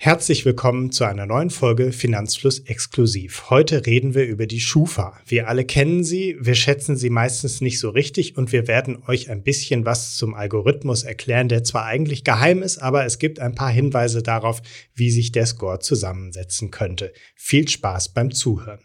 Herzlich willkommen zu einer neuen Folge Finanzfluss exklusiv. Heute reden wir über die Schufa. Wir alle kennen sie, wir schätzen sie meistens nicht so richtig und wir werden euch ein bisschen was zum Algorithmus erklären, der zwar eigentlich geheim ist, aber es gibt ein paar Hinweise darauf, wie sich der Score zusammensetzen könnte. Viel Spaß beim Zuhören.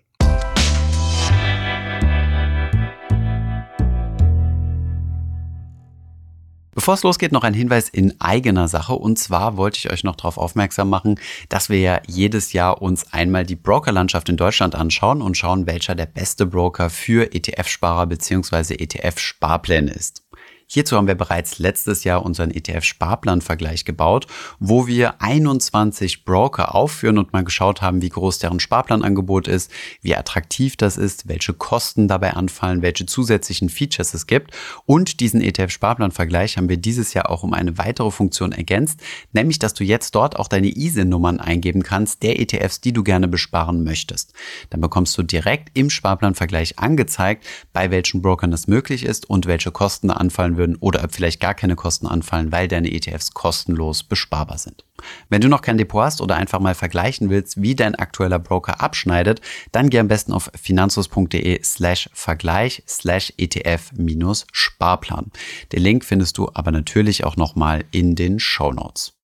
Bevor es losgeht, noch ein Hinweis in eigener Sache. Und zwar wollte ich euch noch darauf aufmerksam machen, dass wir ja jedes Jahr uns einmal die Brokerlandschaft in Deutschland anschauen und schauen, welcher der beste Broker für ETF-Sparer bzw. ETF-Sparpläne ist. Hierzu haben wir bereits letztes Jahr unseren ETF-Sparplan-Vergleich gebaut, wo wir 21 Broker aufführen und mal geschaut haben, wie groß deren Sparplanangebot ist, wie attraktiv das ist, welche Kosten dabei anfallen, welche zusätzlichen Features es gibt. Und diesen ETF-Sparplan-Vergleich haben wir dieses Jahr auch um eine weitere Funktion ergänzt, nämlich, dass du jetzt dort auch deine ISIN-Nummern eingeben kannst, der ETFs, die du gerne besparen möchtest. Dann bekommst du direkt im Sparplan-Vergleich angezeigt, bei welchen Brokern das möglich ist und welche Kosten da anfallen würden oder ob vielleicht gar keine Kosten anfallen, weil deine ETFs kostenlos besparbar sind. Wenn du noch kein Depot hast oder einfach mal vergleichen willst, wie dein aktueller Broker abschneidet, dann geh am besten auf finanzfluss.de/Vergleich/ETF-Sparplan. Den Link findest du aber natürlich auch nochmal in den Shownotes.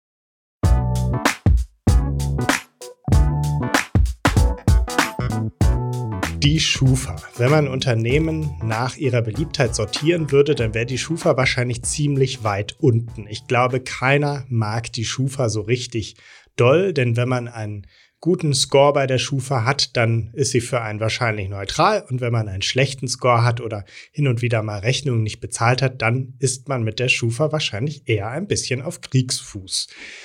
Die Schufa. Wenn man Unternehmen nach ihrer Beliebtheit sortieren würde, dann wäre die Schufa wahrscheinlich ziemlich weit unten. Ich glaube, keiner mag die Schufa so richtig doll, denn wenn man einen guten Score bei der Schufa hat, dann ist sie für einen wahrscheinlich neutral. Und wenn man einen schlechten Score hat oder hin und wieder mal Rechnungen nicht bezahlt hat, dann ist man mit der Schufa wahrscheinlich eher ein bisschen auf Kriegsfuß.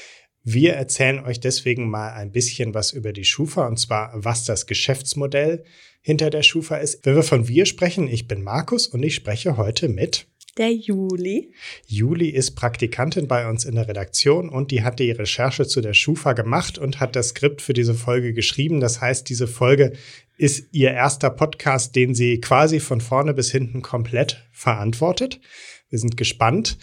Wir erzählen euch deswegen mal ein bisschen was über die Schufa, und zwar, was das Geschäftsmodell hinter der Schufa ist. Wenn wir von wir sprechen, ich bin Markus und ich spreche heute mit der Juli. Juli ist Praktikantin bei uns in der Redaktion und die hat die Recherche zu der Schufa gemacht und hat das Skript für diese Folge geschrieben. Das heißt, diese Folge ist ihr erster Podcast, den sie quasi von vorne bis hinten komplett verantwortet. Wir sind gespannt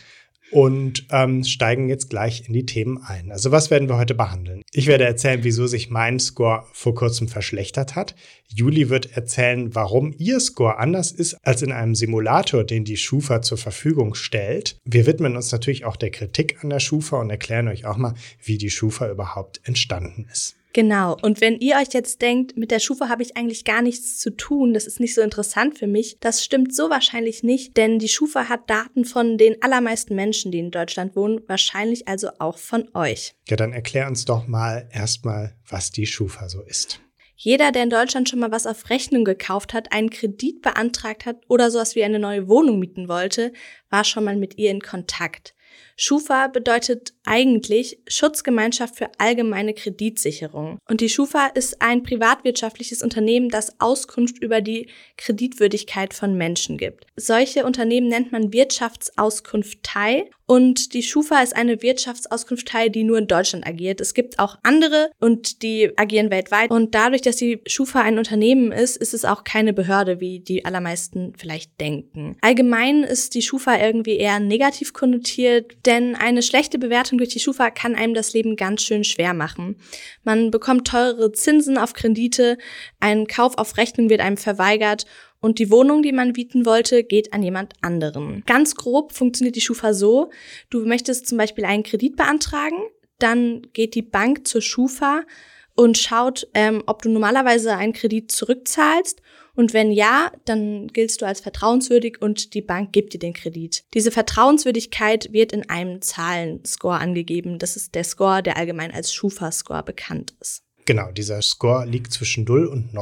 und steigen jetzt gleich in die Themen ein. Also was werden wir heute behandeln? Ich werde erzählen, wieso sich mein Score vor kurzem verschlechtert hat. Juli wird erzählen, warum ihr Score anders ist als in einem Simulator, den die Schufa zur Verfügung stellt. Wir widmen uns natürlich auch der Kritik an der Schufa und erklären euch auch mal, wie die Schufa überhaupt entstanden ist. Genau. Und wenn ihr euch jetzt denkt, mit der Schufa habe ich eigentlich gar nichts zu tun, das ist nicht so interessant für mich, das stimmt so wahrscheinlich nicht, denn die Schufa hat Daten von den allermeisten Menschen, die in Deutschland wohnen, wahrscheinlich also auch von euch. Ja, dann erklär uns doch mal erstmal, was die Schufa so ist. Jeder, der in Deutschland schon mal was auf Rechnung gekauft hat, einen Kredit beantragt hat oder sowas wie eine neue Wohnung mieten wollte, war schon mal mit ihr in Kontakt. Schufa bedeutet eigentlich Schutzgemeinschaft für allgemeine Kreditsicherung. Und die Schufa ist ein privatwirtschaftliches Unternehmen, das Auskunft über die Kreditwürdigkeit von Menschen gibt. Solche Unternehmen nennt man Wirtschaftsauskunftei und die Schufa ist eine Wirtschaftsauskunftei, die nur in Deutschland agiert. Es gibt auch andere und die agieren weltweit. Und dadurch, dass die Schufa ein Unternehmen ist, ist es auch keine Behörde, wie die allermeisten vielleicht denken. Allgemein ist die Schufa irgendwie eher negativ konnotiert, denn eine schlechte Bewertung durch die Schufa kann einem das Leben ganz schön schwer machen. Man bekommt teurere Zinsen auf Kredite, ein Kauf auf Rechnung wird einem verweigert und die Wohnung, die man mieten wollte, geht an jemand anderen. Ganz grob funktioniert die Schufa so: Du möchtest zum Beispiel einen Kredit beantragen, dann geht die Bank zur Schufa und schaut, ob du normalerweise einen Kredit zurückzahlst. Und wenn ja, dann giltst du als vertrauenswürdig und die Bank gibt dir den Kredit. Diese Vertrauenswürdigkeit wird in einem Zahlenscore angegeben. Das ist der Score, der allgemein als Schufa-Score bekannt ist. Genau, dieser Score liegt zwischen 0 und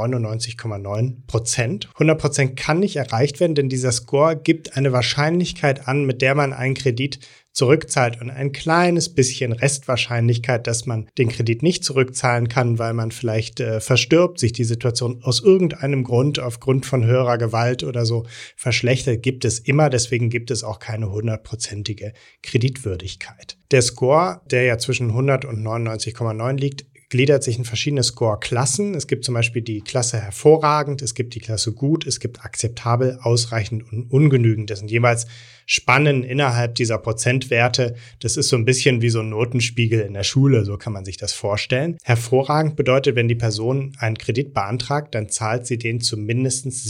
99,9%. 100% kann nicht erreicht werden, denn dieser Score gibt eine Wahrscheinlichkeit an, mit der man einen Kredit zurückzahlt und ein kleines bisschen Restwahrscheinlichkeit, dass man den Kredit nicht zurückzahlen kann, weil man vielleicht verstirbt, sich die Situation aus irgendeinem Grund, aufgrund von höherer Gewalt oder so verschlechtert, gibt es immer. Deswegen gibt es auch keine 100%ige Kreditwürdigkeit. Der Score, der ja zwischen 100 und 99,9 liegt, gliedert sich in verschiedene Score-Klassen. Es gibt zum Beispiel die Klasse hervorragend, es gibt die Klasse gut, es gibt akzeptabel, ausreichend und ungenügend. Das sind jeweils Spannen innerhalb dieser Prozentwerte. Das ist so ein bisschen wie so ein Notenspiegel in der Schule, so kann man sich das vorstellen. Hervorragend bedeutet, wenn die Person einen Kredit beantragt, dann zahlt sie den zu mindestens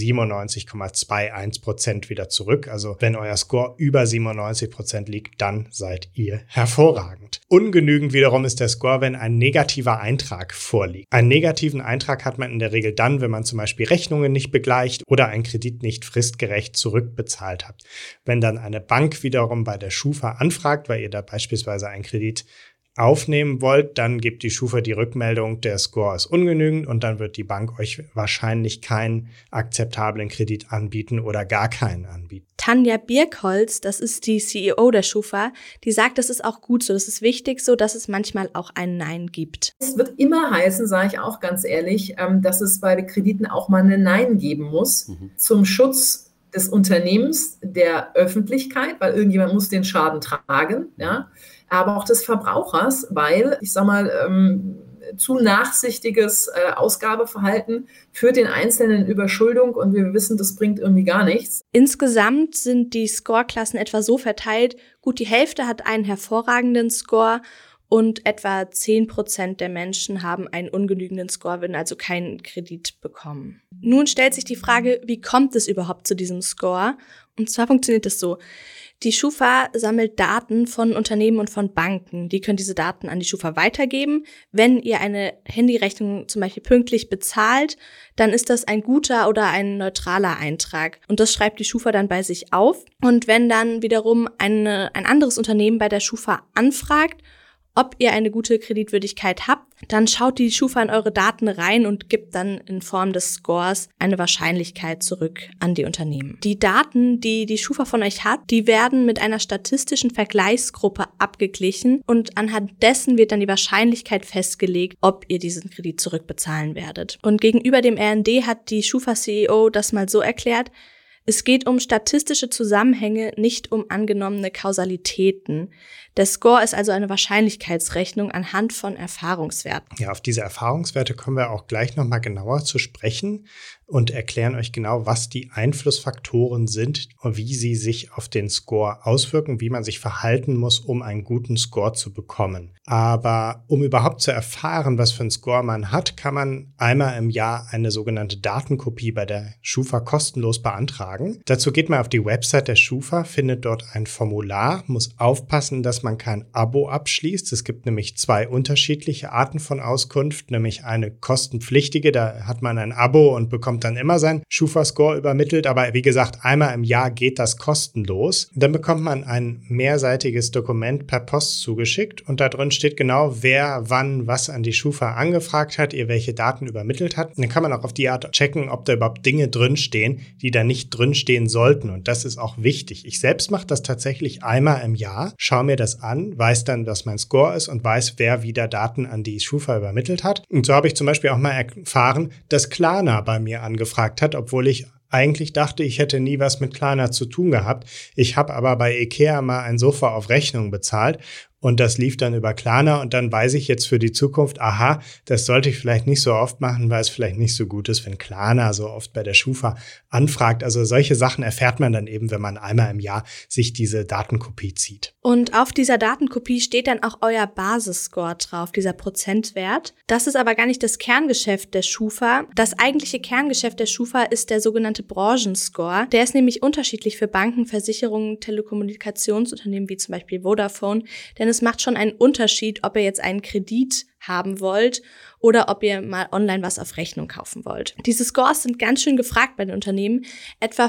97,21% wieder zurück. Also wenn euer Score über 97% liegt, dann seid ihr hervorragend. Ungenügend wiederum ist der Score, wenn ein negativer Eintrag vorliegt. Einen negativen Eintrag hat man in der Regel dann, wenn man zum Beispiel Rechnungen nicht begleicht oder einen Kredit nicht fristgerecht zurückbezahlt habt. Wenn dann eine Bank wiederum bei der Schufa anfragt, weil ihr da beispielsweise einen Kredit aufnehmen wollt, dann gibt die Schufa die Rückmeldung, der Score ist ungenügend und dann wird die Bank euch wahrscheinlich keinen akzeptablen Kredit anbieten oder gar keinen anbieten. Tanja Birkholz, das ist die CEO der Schufa, die sagt, das ist auch gut so, das ist wichtig so, dass es manchmal auch ein Nein gibt. Es wird immer heißen, sage ich auch ganz ehrlich, dass es bei den Krediten auch mal ein Nein geben muss, zum Schutz des Unternehmens, der Öffentlichkeit, weil irgendjemand muss den Schaden tragen, ja, aber auch des Verbrauchers, weil, ich sag mal, zu nachsichtiges Ausgabeverhalten führt den Einzelnen in Überschuldung und wir wissen, das bringt irgendwie gar nichts. Insgesamt sind die Scoreklassen etwa so verteilt, gut die Hälfte hat einen hervorragenden Score und etwa 10% der Menschen haben einen ungenügenden Score, würden also keinen Kredit bekommen. Nun stellt sich die Frage, wie kommt es überhaupt zu diesem Score? Und zwar funktioniert es so. Die Schufa sammelt Daten von Unternehmen und von Banken. Die können diese Daten an die Schufa weitergeben. Wenn ihr eine Handyrechnung zum Beispiel pünktlich bezahlt, dann ist das ein guter oder ein neutraler Eintrag. Und das schreibt die Schufa dann bei sich auf. Und wenn dann wiederum ein anderes Unternehmen bei der Schufa anfragt, ob ihr eine gute Kreditwürdigkeit habt, dann schaut die Schufa in eure Daten rein und gibt dann in Form des Scores eine Wahrscheinlichkeit zurück an die Unternehmen. Die Daten, die die Schufa von euch hat, die werden mit einer statistischen Vergleichsgruppe abgeglichen und anhand dessen wird dann die Wahrscheinlichkeit festgelegt, ob ihr diesen Kredit zurückbezahlen werdet. Und gegenüber dem RND hat die Schufa-CEO das mal so erklärt: Es geht um statistische Zusammenhänge, nicht um angenommene Kausalitäten. Der Score ist also eine Wahrscheinlichkeitsrechnung anhand von Erfahrungswerten. Ja, auf diese Erfahrungswerte kommen wir auch gleich nochmal genauer zu sprechen und erklären euch genau, was die Einflussfaktoren sind und wie sie sich auf den Score auswirken, wie man sich verhalten muss, um einen guten Score zu bekommen. Aber um überhaupt zu erfahren, was für einen Score man hat, kann man einmal im Jahr eine sogenannte Datenkopie bei der Schufa kostenlos beantragen. Dazu geht man auf die Website der Schufa, findet dort ein Formular, muss aufpassen, dass man kein Abo abschließt. Es gibt nämlich 2 unterschiedliche Arten von Auskunft, nämlich eine kostenpflichtige, da hat man ein Abo und bekommt dann immer seinen Schufa-Score übermittelt, aber wie gesagt, einmal im Jahr geht das kostenlos. Dann bekommt man ein mehrseitiges Dokument per Post zugeschickt und da drin steht genau, wer wann was an die Schufa angefragt hat, ihr welche Daten übermittelt hat. Und dann kann man auch auf die Art checken, ob da überhaupt Dinge drinstehen, die da nicht drinstehen sollten. Und das ist auch wichtig. Ich selbst mache das tatsächlich einmal im Jahr, schaue mir das an, weiß dann, was mein Score ist und weiß, wer wieder Daten an die Schufa übermittelt hat. Und so habe ich zum Beispiel auch mal erfahren, dass Klarna bei mir angefragt hat, obwohl ich eigentlich dachte, ich hätte nie was mit Klarna zu tun gehabt. Ich habe aber bei IKEA mal ein Sofa auf Rechnung bezahlt. Und das lief dann über Klarna und dann weiß ich jetzt für die Zukunft, aha, das sollte ich vielleicht nicht so oft machen, weil es vielleicht nicht so gut ist, wenn Klarna so oft bei der Schufa anfragt. Also solche Sachen erfährt man dann eben, wenn man einmal im Jahr sich diese Datenkopie zieht. Und auf dieser Datenkopie steht dann auch euer Basisscore drauf, dieser Prozentwert. Das ist aber gar nicht das Kerngeschäft der Schufa. Das eigentliche Kerngeschäft der Schufa ist der sogenannte Branchenscore. Der ist nämlich unterschiedlich für Banken, Versicherungen, Telekommunikationsunternehmen wie zum Beispiel Vodafone, denn es macht schon einen Unterschied, ob ihr jetzt einen Kredit haben wollt oder ob ihr mal online was auf Rechnung kaufen wollt. Diese Scores sind ganz schön gefragt bei den Unternehmen. Etwa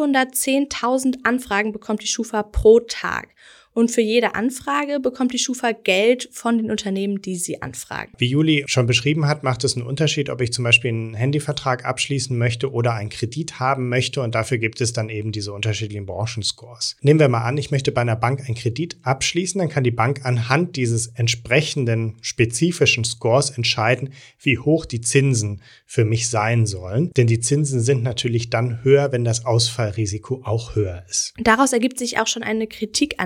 510.000 Anfragen bekommt die Schufa pro Tag. Und für jede Anfrage bekommt die Schufa Geld von den Unternehmen, die sie anfragen. Wie Juli schon beschrieben hat, macht es einen Unterschied, ob ich zum Beispiel einen Handyvertrag abschließen möchte oder einen Kredit haben möchte. Und dafür gibt es dann eben diese unterschiedlichen Branchenscores. Nehmen wir mal an, ich möchte bei einer Bank einen Kredit abschließen. Dann kann die Bank anhand dieses entsprechenden spezifischen Scores entscheiden, wie hoch die Zinsen für mich sein sollen. Denn die Zinsen sind natürlich dann höher, wenn das Ausfallrisiko auch höher ist. Daraus ergibt sich auch schon eine Kritik an der Schufa.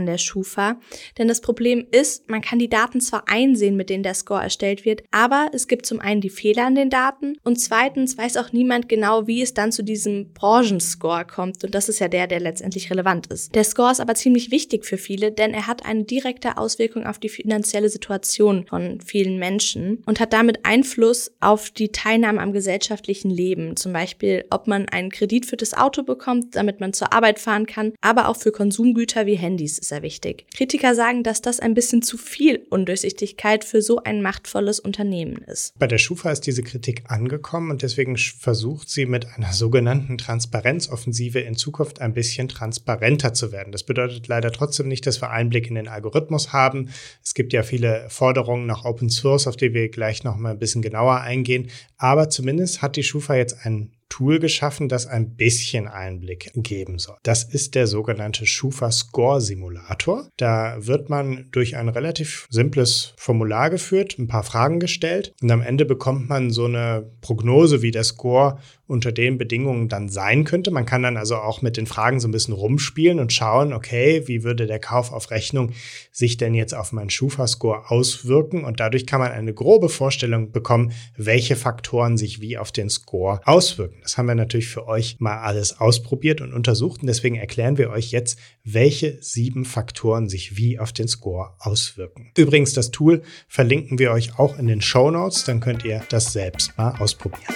Schufa. Denn das Problem ist, man kann die Daten zwar einsehen, mit denen der Score erstellt wird, aber es gibt zum einen die Fehler in den Daten und zweitens weiß auch niemand genau, wie es dann zu diesem Branchenscore kommt. Und das ist ja der letztendlich relevant ist. Der Score ist aber ziemlich wichtig für viele, denn er hat eine direkte Auswirkung auf die finanzielle Situation von vielen Menschen und hat damit Einfluss auf die Teilnahme am gesellschaftlichen Leben. Zum Beispiel, ob man einen Kredit für das Auto bekommt, damit man zur Arbeit fahren kann, aber auch für Konsumgüter wie Handys ist er wichtig. Kritiker sagen, dass das ein bisschen zu viel Undurchsichtigkeit für so ein machtvolles Unternehmen ist. Bei der Schufa ist diese Kritik angekommen und deswegen versucht sie mit einer sogenannten Transparenzoffensive in Zukunft ein bisschen transparenter zu werden. Das bedeutet leider trotzdem nicht, dass wir Einblick in den Algorithmus haben. Es gibt ja viele Forderungen nach Open Source, auf die wir gleich noch mal ein bisschen genauer eingehen. Aber zumindest hat die Schufa jetzt ein Tool geschaffen, das ein bisschen Einblick geben soll. Das ist der sogenannte Schufa Score Simulator. Da wird man durch ein relativ simples Formular geführt, ein paar Fragen gestellt und am Ende bekommt man so eine Prognose, wie der Score unter den Bedingungen dann sein könnte. Man kann dann also auch mit den Fragen so ein bisschen rumspielen und schauen, okay, wie würde der Kauf auf Rechnung sich denn jetzt auf meinen Schufa-Score auswirken? Und dadurch kann man eine grobe Vorstellung bekommen, welche Faktoren sich wie auf den Score auswirken. Das haben wir natürlich für euch mal alles ausprobiert und untersucht und deswegen erklären wir euch jetzt, welche 7 Faktoren sich wie auf den Score auswirken. Übrigens, das Tool verlinken wir euch auch in den Shownotes, dann könnt ihr das selbst mal ausprobieren.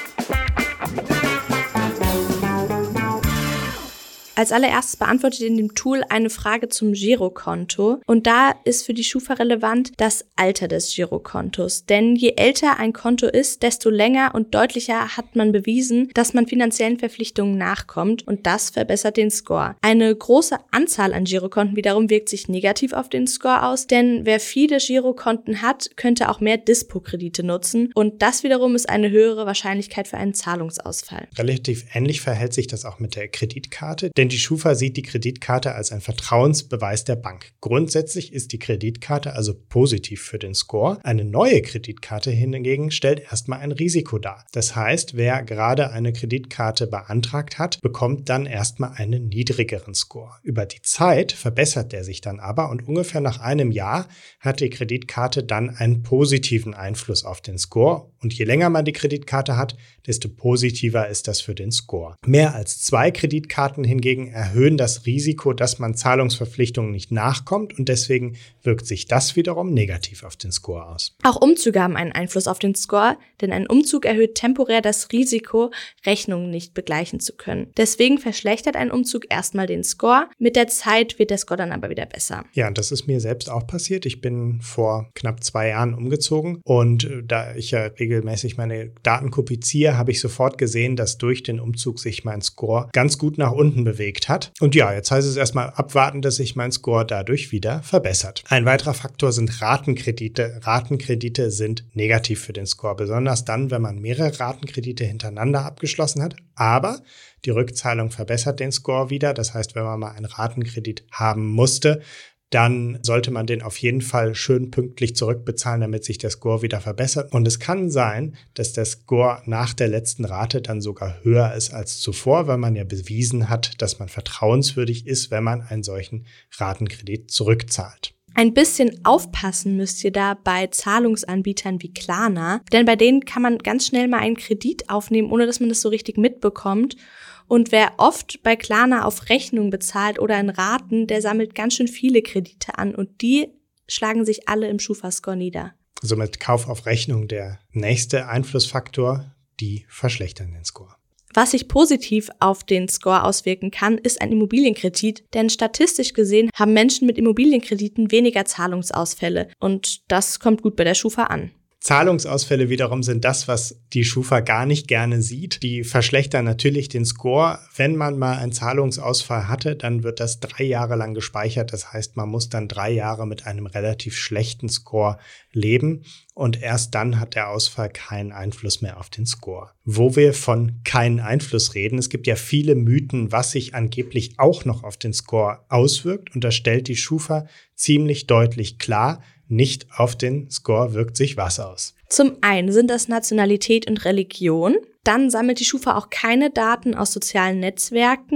Als allererstes beantwortet in dem Tool eine Frage zum Girokonto und da ist für die Schufa relevant das Alter des Girokontos. Denn je älter ein Konto ist, desto länger und deutlicher hat man bewiesen, dass man finanziellen Verpflichtungen nachkommt und das verbessert den Score. Eine große Anzahl an Girokonten wiederum wirkt sich negativ auf den Score aus, denn wer viele Girokonten hat, könnte auch mehr Dispo-Kredite nutzen und das wiederum ist eine höhere Wahrscheinlichkeit für einen Zahlungsausfall. Relativ ähnlich verhält sich das auch mit der Kreditkarte, denn die Schufa sieht die Kreditkarte als ein Vertrauensbeweis der Bank. Grundsätzlich ist die Kreditkarte also positiv für den Score. Eine neue Kreditkarte hingegen stellt erstmal ein Risiko dar. Das heißt, wer gerade eine Kreditkarte beantragt hat, bekommt dann erstmal einen niedrigeren Score. Über die Zeit verbessert der sich dann aber und ungefähr nach einem Jahr hat die Kreditkarte dann einen positiven Einfluss auf den Score. Und je länger man die Kreditkarte hat, desto positiver ist das für den Score. Mehr als 2 Kreditkarten hingegen erhöhen das Risiko, dass man Zahlungsverpflichtungen nicht nachkommt und deswegen wirkt sich das wiederum negativ auf den Score aus. Auch Umzüge haben einen Einfluss auf den Score, denn ein Umzug erhöht temporär das Risiko, Rechnungen nicht begleichen zu können. Deswegen verschlechtert ein Umzug erstmal den Score. Mit der Zeit wird der Score dann aber wieder besser. Ja, und das ist mir selbst auch passiert. Ich bin vor knapp 2 Jahren umgezogen und da ich ja regelmäßig meine Daten kopiziere, habe ich sofort gesehen, dass durch den Umzug sich mein Score ganz gut nach unten bewegt hat. Und ja, jetzt heißt es erstmal abwarten, dass sich mein Score dadurch wieder verbessert. Ein weiterer Faktor sind Ratenkredite. Ratenkredite sind negativ für den Score, besonders dann, wenn man mehrere Ratenkredite hintereinander abgeschlossen hat. Aber die Rückzahlung verbessert den Score wieder. Das heißt, wenn man mal einen Ratenkredit haben musste, dann sollte man den auf jeden Fall schön pünktlich zurückbezahlen, damit sich der Score wieder verbessert. Und es kann sein, dass der Score nach der letzten Rate dann sogar höher ist als zuvor, weil man ja bewiesen hat, dass man vertrauenswürdig ist, wenn man einen solchen Ratenkredit zurückzahlt. Ein bisschen aufpassen müsst ihr da bei Zahlungsanbietern wie Klarna, denn bei denen kann man ganz schnell mal einen Kredit aufnehmen, ohne dass man das so richtig mitbekommt. Und wer oft bei Klarna auf Rechnung bezahlt oder in Raten, der sammelt ganz schön viele Kredite an und die schlagen sich alle im Schufa-Score nieder. Also mit Kauf auf Rechnung der nächste Einflussfaktor, die verschlechtern den Score. Was sich positiv auf den Score auswirken kann, ist ein Immobilienkredit, denn statistisch gesehen haben Menschen mit Immobilienkrediten weniger Zahlungsausfälle und das kommt gut bei der Schufa an. Zahlungsausfälle wiederum sind das, was die Schufa gar nicht gerne sieht. Die verschlechtern natürlich den Score. Wenn man mal einen Zahlungsausfall hatte, dann wird das 3 Jahre lang gespeichert. Das heißt, man muss dann 3 Jahre mit einem relativ schlechten Score leben und erst dann hat der Ausfall keinen Einfluss mehr auf den Score. Wo wir von keinen Einfluss reden, es gibt ja viele Mythen, was sich angeblich auch noch auf den Score auswirkt und da stellt die Schufa ziemlich deutlich klar, nicht auf den Score wirkt sich was aus. Zum einen sind das Nationalität und Religion. Dann sammelt die Schufa auch keine Daten aus sozialen Netzwerken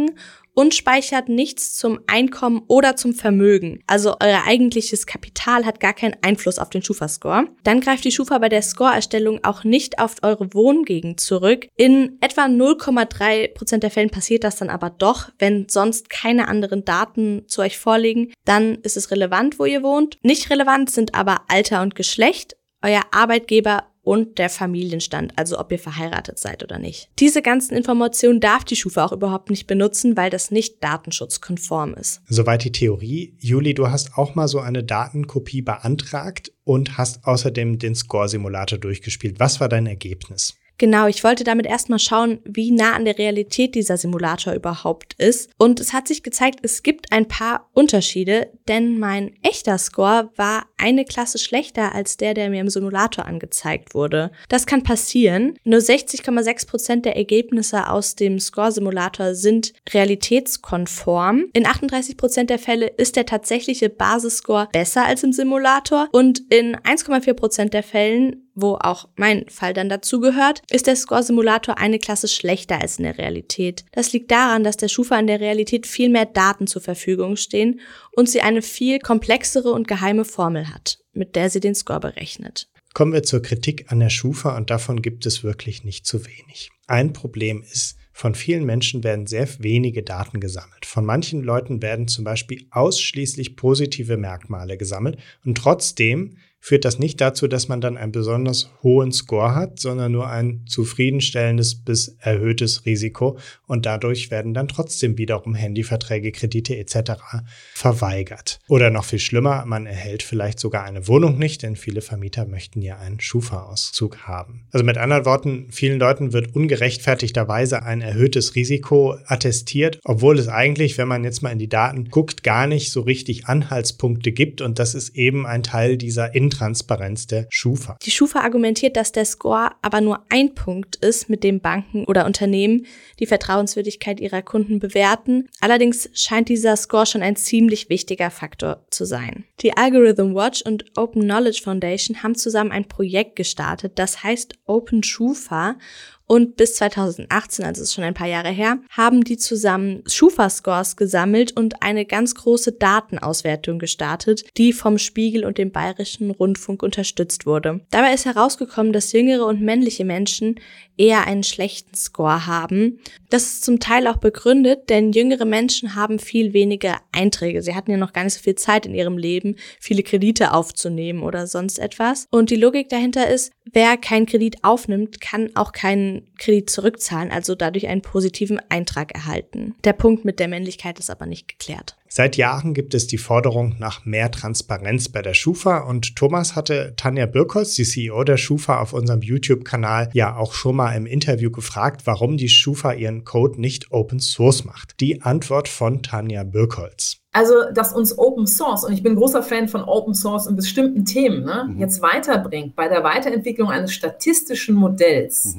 und speichert nichts zum Einkommen oder zum Vermögen. Also euer eigentliches Kapital hat gar keinen Einfluss auf den Schufa-Score. Dann greift die Schufa bei der Score-Erstellung auch nicht auf eure Wohngegend zurück. In etwa 0,3% der Fällen passiert das dann aber doch. Wenn sonst keine anderen Daten zu euch vorliegen, dann ist es relevant, wo ihr wohnt. Nicht relevant sind aber Alter und Geschlecht, euer Arbeitgeber und der Familienstand, also ob ihr verheiratet seid oder nicht. Diese ganzen Informationen darf die Schufa auch überhaupt nicht benutzen, weil das nicht datenschutzkonform ist. Soweit die Theorie. Juli, du hast auch mal so eine Datenkopie beantragt und hast außerdem den Score-Simulator durchgespielt. Was war dein Ergebnis? Genau, ich wollte damit erstmal schauen, wie nah an der Realität dieser Simulator überhaupt ist. Und es hat sich gezeigt, es gibt ein paar Unterschiede, denn mein echter Score war eine Klasse schlechter als der mir im Simulator angezeigt wurde. Das kann passieren. Nur 60,6% der Ergebnisse aus dem Score-Simulator sind realitätskonform. In 38% der Fälle ist der tatsächliche Basisscore besser als im Simulator und in 1,4% der Fällen, wo auch mein Fall dann dazu gehört, ist der Score-Simulator eine Klasse schlechter als in der Realität. Das liegt daran, dass der Schufa in der Realität viel mehr Daten zur Verfügung stehen und sie eine viel komplexere und geheime Formel hat, mit der sie den Score berechnet. Kommen wir zur Kritik an der Schufa und davon gibt es wirklich nicht zu wenig. Ein Problem ist, von vielen Menschen werden sehr wenige Daten gesammelt. Von manchen Leuten werden zum Beispiel ausschließlich positive Merkmale gesammelt und trotzdem führt das nicht dazu, dass man dann einen besonders hohen Score hat, sondern nur ein zufriedenstellendes bis erhöhtes Risiko und dadurch werden dann trotzdem wiederum Handyverträge, Kredite etc. verweigert. Oder noch viel schlimmer, man erhält vielleicht sogar eine Wohnung nicht, denn viele Vermieter möchten ja einen Schufa-Auszug haben. Also mit anderen Worten, vielen Leuten wird ungerechtfertigterweise ein erhöhtes Risiko attestiert, obwohl es eigentlich, wenn man jetzt mal in die Daten guckt, gar nicht so richtig Anhaltspunkte gibt und das ist eben ein Teil dieser Intransparenz der Schufa. Die Schufa argumentiert, dass der Score aber nur ein Punkt ist, mit dem Banken oder Unternehmen die Vertrauenswürdigkeit ihrer Kunden bewerten. Allerdings scheint dieser Score schon ein ziemlich wichtiger Faktor zu sein. Die Algorithm Watch und Open Knowledge Foundation haben zusammen ein Projekt gestartet, das heißt Open Schufa. Und bis 2018, also ist schon ein paar Jahre her, haben die zusammen Schufa-Scores gesammelt und eine ganz große Datenauswertung gestartet, die vom Spiegel und dem Bayerischen Rundfunk unterstützt wurde. Dabei ist herausgekommen, dass jüngere und männliche Menschen eher einen schlechten Score haben. Das ist zum Teil auch begründet, denn jüngere Menschen haben viel weniger Einträge. Sie hatten ja noch gar nicht so viel Zeit in ihrem Leben, viele Kredite aufzunehmen oder sonst etwas. Und die Logik dahinter ist, wer keinen Kredit aufnimmt, kann auch keinen Kredit zurückzahlen, also dadurch einen positiven Eintrag erhalten. Der Punkt mit der Männlichkeit ist aber nicht geklärt. Seit Jahren gibt es die Forderung nach mehr Transparenz bei der Schufa und Thomas hatte Tanja Birkholz, die CEO der Schufa, auf unserem YouTube-Kanal ja auch schon mal im Interview gefragt, warum die Schufa ihren Code nicht Open Source macht. Die Antwort von Tanja Birkholz. Also, dass uns Open Source, und ich bin großer Fan von Open Source in bestimmten Themen, jetzt weiterbringt bei der Weiterentwicklung eines statistischen Modells,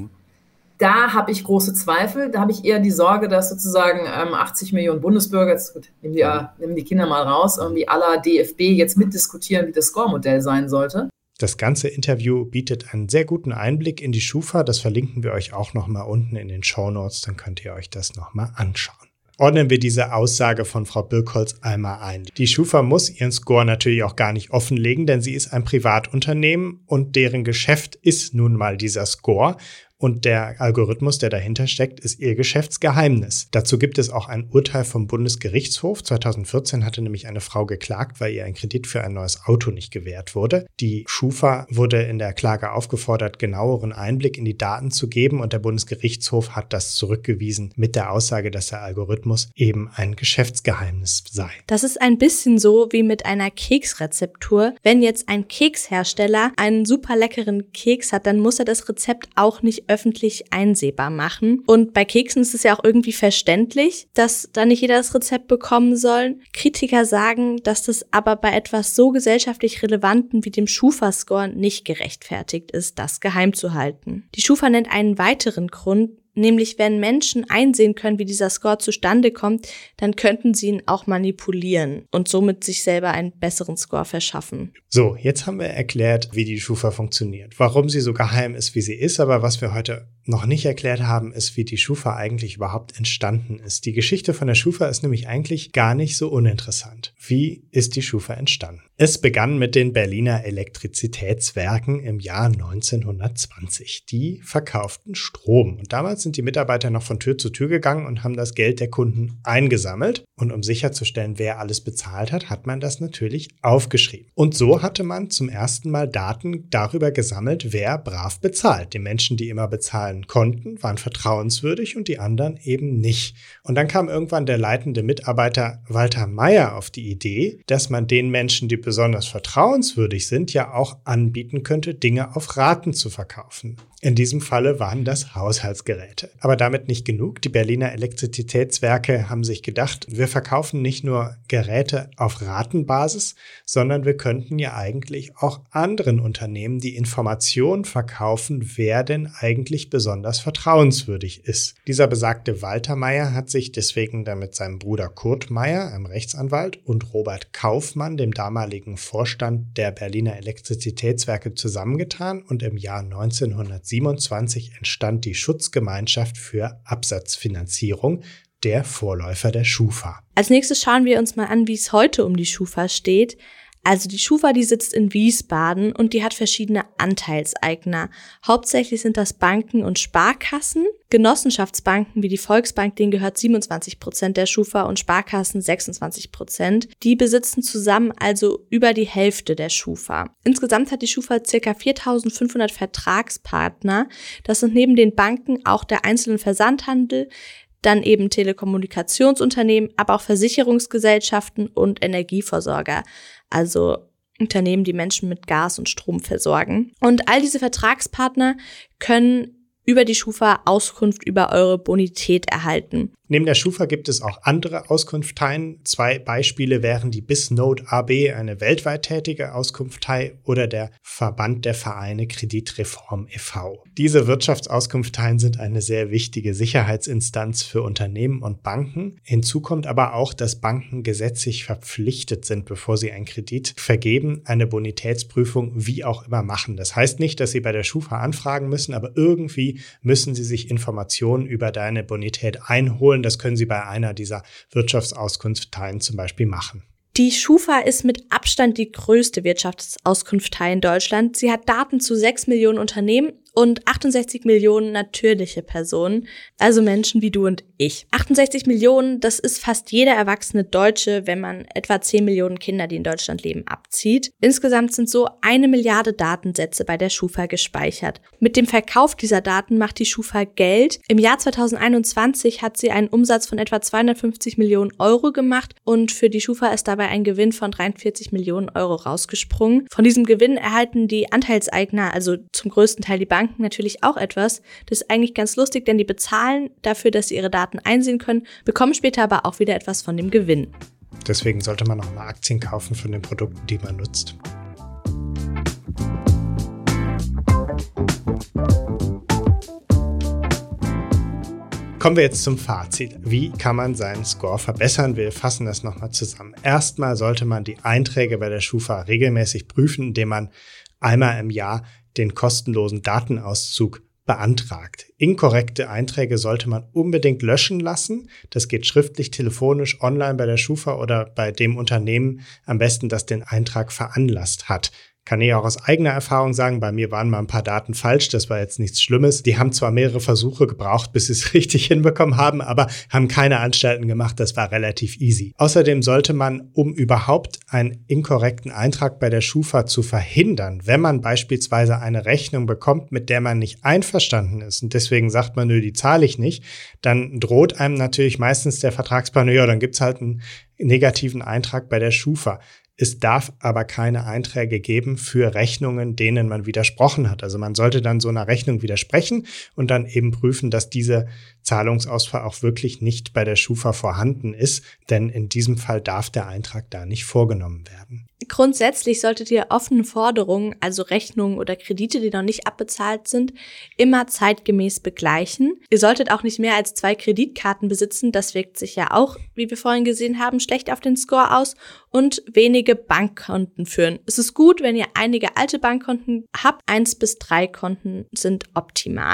da habe ich große Zweifel. Da habe ich eher die Sorge, dass sozusagen 80 Millionen Bundesbürger, jetzt gut, nehmen die Kinder mal raus, irgendwie à la DFB jetzt mitdiskutieren, wie das Score-Modell sein sollte. Das ganze Interview bietet einen sehr guten Einblick in die Schufa. Das verlinken wir euch auch nochmal unten in den Shownotes, dann könnt ihr euch das nochmal anschauen. Ordnen wir diese Aussage von Frau Birkholz einmal ein. Die Schufa muss ihren Score natürlich auch gar nicht offenlegen, denn sie ist ein Privatunternehmen und deren Geschäft ist nun mal dieser Score. Und der Algorithmus, der dahinter steckt, ist ihr Geschäftsgeheimnis. Dazu gibt es auch ein Urteil vom Bundesgerichtshof. 2014 hatte nämlich eine Frau geklagt, weil ihr ein Kredit für ein neues Auto nicht gewährt wurde. Die Schufa wurde in der Klage aufgefordert, genaueren Einblick in die Daten zu geben und der Bundesgerichtshof hat das zurückgewiesen mit der Aussage, dass der Algorithmus eben ein Geschäftsgeheimnis sei. Das ist ein bisschen so wie mit einer Keksrezeptur. Wenn jetzt ein Kekshersteller einen super leckeren Keks hat, dann muss er das Rezept auch nicht öffentlich einsehbar machen. Und bei Keksen ist es ja auch irgendwie verständlich, dass da nicht jeder das Rezept bekommen soll. Kritiker sagen, dass das aber bei etwas so gesellschaftlich Relevanten wie dem Schufa-Score nicht gerechtfertigt ist, das geheim zu halten. Die Schufa nennt einen weiteren Grund, nämlich wenn Menschen einsehen können, wie dieser Score zustande kommt, dann könnten sie ihn auch manipulieren und somit sich selber einen besseren Score verschaffen. So, jetzt haben wir erklärt, wie die Schufa funktioniert, warum sie so geheim ist, wie sie ist, aber was wir heute noch nicht erklärt haben, ist, wie die Schufa eigentlich überhaupt entstanden ist. Die Geschichte von der Schufa ist nämlich eigentlich gar nicht so uninteressant. Wie ist die Schufa entstanden? Es begann mit den Berliner Elektrizitätswerken im Jahr 1920. Die verkauften Strom. Und damals sind die Mitarbeiter noch von Tür zu Tür gegangen und haben das Geld der Kunden eingesammelt. Und um sicherzustellen, wer alles bezahlt hat, hat man das natürlich aufgeschrieben. Und so hatte man zum ersten Mal Daten darüber gesammelt, wer brav bezahlt. Die Menschen, die immer bezahlen konnten, waren vertrauenswürdig und die anderen eben nicht. Und dann kam irgendwann der leitende Mitarbeiter Walter Meier auf die Idee, dass man den Menschen, die besonders vertrauenswürdig sind, ja auch anbieten könnte, Dinge auf Raten zu verkaufen. In diesem Falle waren das Haushaltsgeräte. Aber damit nicht genug. Die Berliner Elektrizitätswerke haben sich gedacht, wir verkaufen nicht nur Geräte auf Ratenbasis, sondern wir könnten ja eigentlich auch anderen Unternehmen die Information verkaufen, wer denn eigentlich besonders vertrauenswürdig ist. Dieser besagte Walter Meier hat sich deswegen dann mit seinem Bruder Kurt Meier, einem Rechtsanwalt, und Robert Kaufmann, dem damaligen Vorstand der Berliner Elektrizitätswerke, zusammengetan und im Jahr 1927 entstand die Schutzgemeinschaft für Absatzfinanzierung, der Vorläufer der Schufa. Als nächstes schauen wir uns mal an, wie es heute um die Schufa steht. Also die Schufa, die sitzt in Wiesbaden und die hat verschiedene Anteilseigner. Hauptsächlich sind das Banken und Sparkassen. Genossenschaftsbanken wie die Volksbank, denen gehört 27% der Schufa und Sparkassen 26%. Die besitzen zusammen also über die Hälfte der Schufa. Insgesamt hat die Schufa ca. 4.500 Vertragspartner. Das sind neben den Banken auch der einzelne Versandhandel, dann eben Telekommunikationsunternehmen, aber auch Versicherungsgesellschaften und Energieversorger, also Unternehmen, die Menschen mit Gas und Strom versorgen. Und all diese Vertragspartner können über die Schufa Auskunft über eure Bonität erhalten. Neben der Schufa gibt es auch andere Auskunfteien. 2 Beispiele wären die Bisnode AB, eine weltweit tätige Auskunftei, oder der Verband der Vereine Kreditreform e.V. Diese Wirtschaftsauskunfteien sind eine sehr wichtige Sicherheitsinstanz für Unternehmen und Banken. Hinzu kommt aber auch, dass Banken gesetzlich verpflichtet sind, bevor sie einen Kredit vergeben, eine Bonitätsprüfung wie auch immer machen. Das heißt nicht, dass sie bei der Schufa anfragen müssen, aber irgendwie müssen sie sich Informationen über deine Bonität einholen. Das können Sie bei einer dieser Wirtschaftsauskunfteien zum Beispiel machen. Die Schufa ist mit Abstand die größte Wirtschaftsauskunftei in Deutschland. Sie hat Daten zu 6 Millionen Unternehmen und 68 Millionen natürliche Personen, also Menschen wie du und ich. 68 Millionen, das ist fast jeder erwachsene Deutsche, wenn man etwa 10 Millionen Kinder, die in Deutschland leben, abzieht. Insgesamt sind so 1 Milliarde Datensätze bei der Schufa gespeichert. Mit dem Verkauf dieser Daten macht die Schufa Geld. Im Jahr 2021 hat sie einen Umsatz von etwa 250 Millionen Euro gemacht und für die Schufa ist dabei ein Gewinn von 43 Millionen Euro rausgesprungen. Von diesem Gewinn erhalten die Anteilseigner, also zum größten Teil die Banken, natürlich auch etwas. Das ist eigentlich ganz lustig, denn die bezahlen dafür, dass sie ihre Daten einsehen können, bekommen später aber auch wieder etwas von dem Gewinn. Deswegen sollte man auch mal Aktien kaufen von den Produkten, die man nutzt. Kommen wir jetzt zum Fazit. Wie kann man seinen Score verbessern? Wir fassen das nochmal zusammen. Erstmal sollte man die Einträge bei der Schufa regelmäßig prüfen, indem man einmal im Jahr den kostenlosen Datenauszug beantragt. Inkorrekte Einträge sollte man unbedingt löschen lassen. Das geht schriftlich, telefonisch, online bei der Schufa oder bei dem Unternehmen am besten, das den Eintrag veranlasst hat. Kann ich auch aus eigener Erfahrung sagen, bei mir waren mal ein paar Daten falsch, das war jetzt nichts Schlimmes. Die haben zwar mehrere Versuche gebraucht, bis sie es richtig hinbekommen haben, aber haben keine Anstalten gemacht, das war relativ easy. Außerdem sollte man, um überhaupt einen inkorrekten Eintrag bei der Schufa zu verhindern, wenn man beispielsweise eine Rechnung bekommt, mit der man nicht einverstanden ist und deswegen sagt man, nö, die zahle ich nicht, dann droht einem natürlich meistens der Vertragspartner, ja, dann gibt's halt einen negativen Eintrag bei der Schufa. Es darf aber keine Einträge geben für Rechnungen, denen man widersprochen hat. Also man sollte dann so einer Rechnung widersprechen und dann eben prüfen, dass diese Zahlungsausfall auch wirklich nicht bei der Schufa vorhanden ist, denn in diesem Fall darf der Eintrag da nicht vorgenommen werden. Grundsätzlich solltet ihr offene Forderungen, also Rechnungen oder Kredite, die noch nicht abbezahlt sind, immer zeitgemäß begleichen. Ihr solltet auch nicht mehr als 2 Kreditkarten besitzen, das wirkt sich ja auch, wie wir vorhin gesehen haben, schlecht auf den Score aus, und wenige Bankkonten führen. Es ist gut, wenn ihr einige alte Bankkonten habt, 1 bis 3 Konten sind optimal.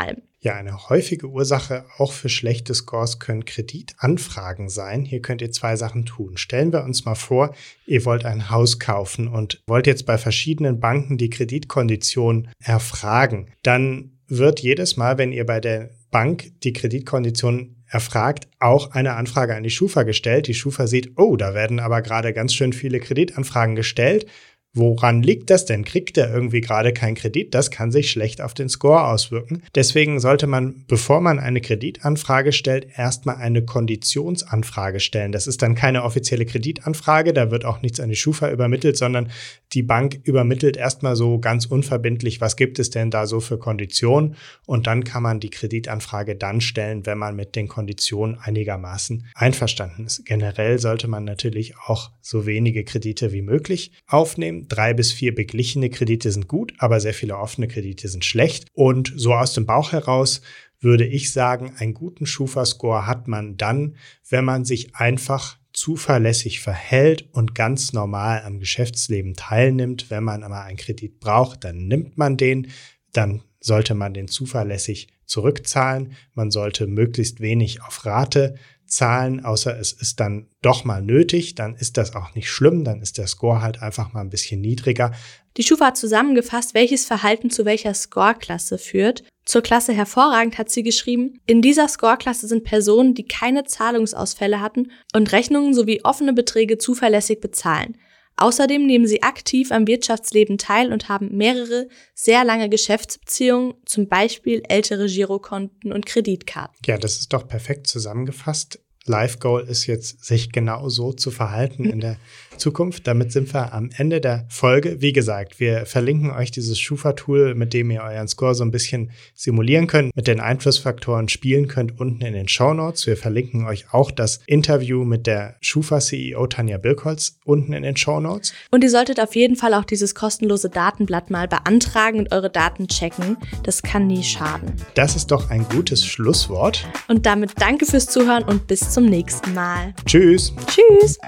Ja, eine häufige Ursache auch für schlechte Scores können Kreditanfragen sein. Hier könnt ihr 2 Sachen tun. Stellen wir uns mal vor, ihr wollt ein Haus kaufen und wollt jetzt bei verschiedenen Banken die Kreditkonditionen erfragen. Dann wird jedes Mal, wenn ihr bei der Bank die Kreditkonditionen erfragt, auch eine Anfrage an die Schufa gestellt. Die Schufa sieht, oh, da werden aber gerade ganz schön viele Kreditanfragen gestellt. Woran liegt das denn? Kriegt er irgendwie gerade keinen Kredit? Das kann sich schlecht auf den Score auswirken. Deswegen sollte man, bevor man eine Kreditanfrage stellt, erstmal eine Konditionsanfrage stellen. Das ist dann keine offizielle Kreditanfrage, da wird auch nichts an die Schufa übermittelt, sondern die Bank übermittelt erstmal so ganz unverbindlich, was gibt es denn da so für Konditionen? Und dann kann man die Kreditanfrage dann stellen, wenn man mit den Konditionen einigermaßen einverstanden ist. Generell sollte man natürlich auch so wenige Kredite wie möglich aufnehmen. 3 bis 4 beglichene Kredite sind gut, aber sehr viele offene Kredite sind schlecht. Und so aus dem Bauch heraus würde ich sagen, einen guten Schufa-Score hat man dann, wenn man sich einfach zuverlässig verhält und ganz normal am Geschäftsleben teilnimmt. Wenn man aber einen Kredit braucht, dann nimmt man den, dann sollte man den zuverlässig zurückzahlen. Man sollte möglichst wenig auf Rate zahlen, außer es ist dann doch mal nötig, dann ist das auch nicht schlimm, dann ist der Score halt einfach mal ein bisschen niedriger. Die Schufa hat zusammengefasst, welches Verhalten zu welcher Score-Klasse führt. Zur Klasse hervorragend hat sie geschrieben, in dieser Score-Klasse sind Personen, die keine Zahlungsausfälle hatten und Rechnungen sowie offene Beträge zuverlässig bezahlen. Außerdem nehmen sie aktiv am Wirtschaftsleben teil und haben mehrere sehr lange Geschäftsbeziehungen, zum Beispiel ältere Girokonten und Kreditkarten. Ja, das ist doch perfekt zusammengefasst. Life Goal ist jetzt, sich genau so zu verhalten in der Zukunft. Damit sind wir am Ende der Folge. Wie gesagt, wir verlinken euch dieses Schufa-Tool, mit dem ihr euren Score so ein bisschen simulieren könnt, mit den Einflussfaktoren spielen könnt, unten in den Shownotes. Wir verlinken euch auch das Interview mit der Schufa-CEO Tanja Birkholz unten in den Shownotes. Und ihr solltet auf jeden Fall auch dieses kostenlose Datenblatt mal beantragen und eure Daten checken. Das kann nie schaden. Das ist doch ein gutes Schlusswort. Und damit danke fürs Zuhören und bis zum nächsten Mal. Tschüss. Tschüss.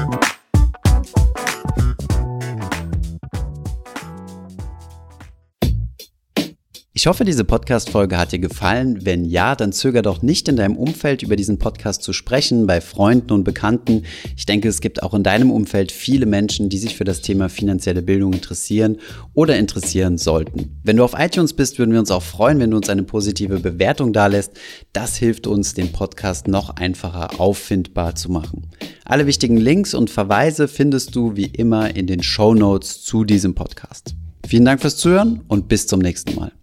Ich hoffe, diese Podcast-Folge hat dir gefallen. Wenn ja, dann zöger doch nicht in deinem Umfeld über diesen Podcast zu sprechen, bei Freunden und Bekannten. Ich denke, es gibt auch in deinem Umfeld viele Menschen, die sich für das Thema finanzielle Bildung interessieren oder interessieren sollten. Wenn du auf iTunes bist, würden wir uns auch freuen, wenn du uns eine positive Bewertung dalässt. Das hilft uns, den Podcast noch einfacher auffindbar zu machen. Alle wichtigen Links und Verweise findest du wie immer in den Shownotes zu diesem Podcast. Vielen Dank fürs Zuhören und bis zum nächsten Mal.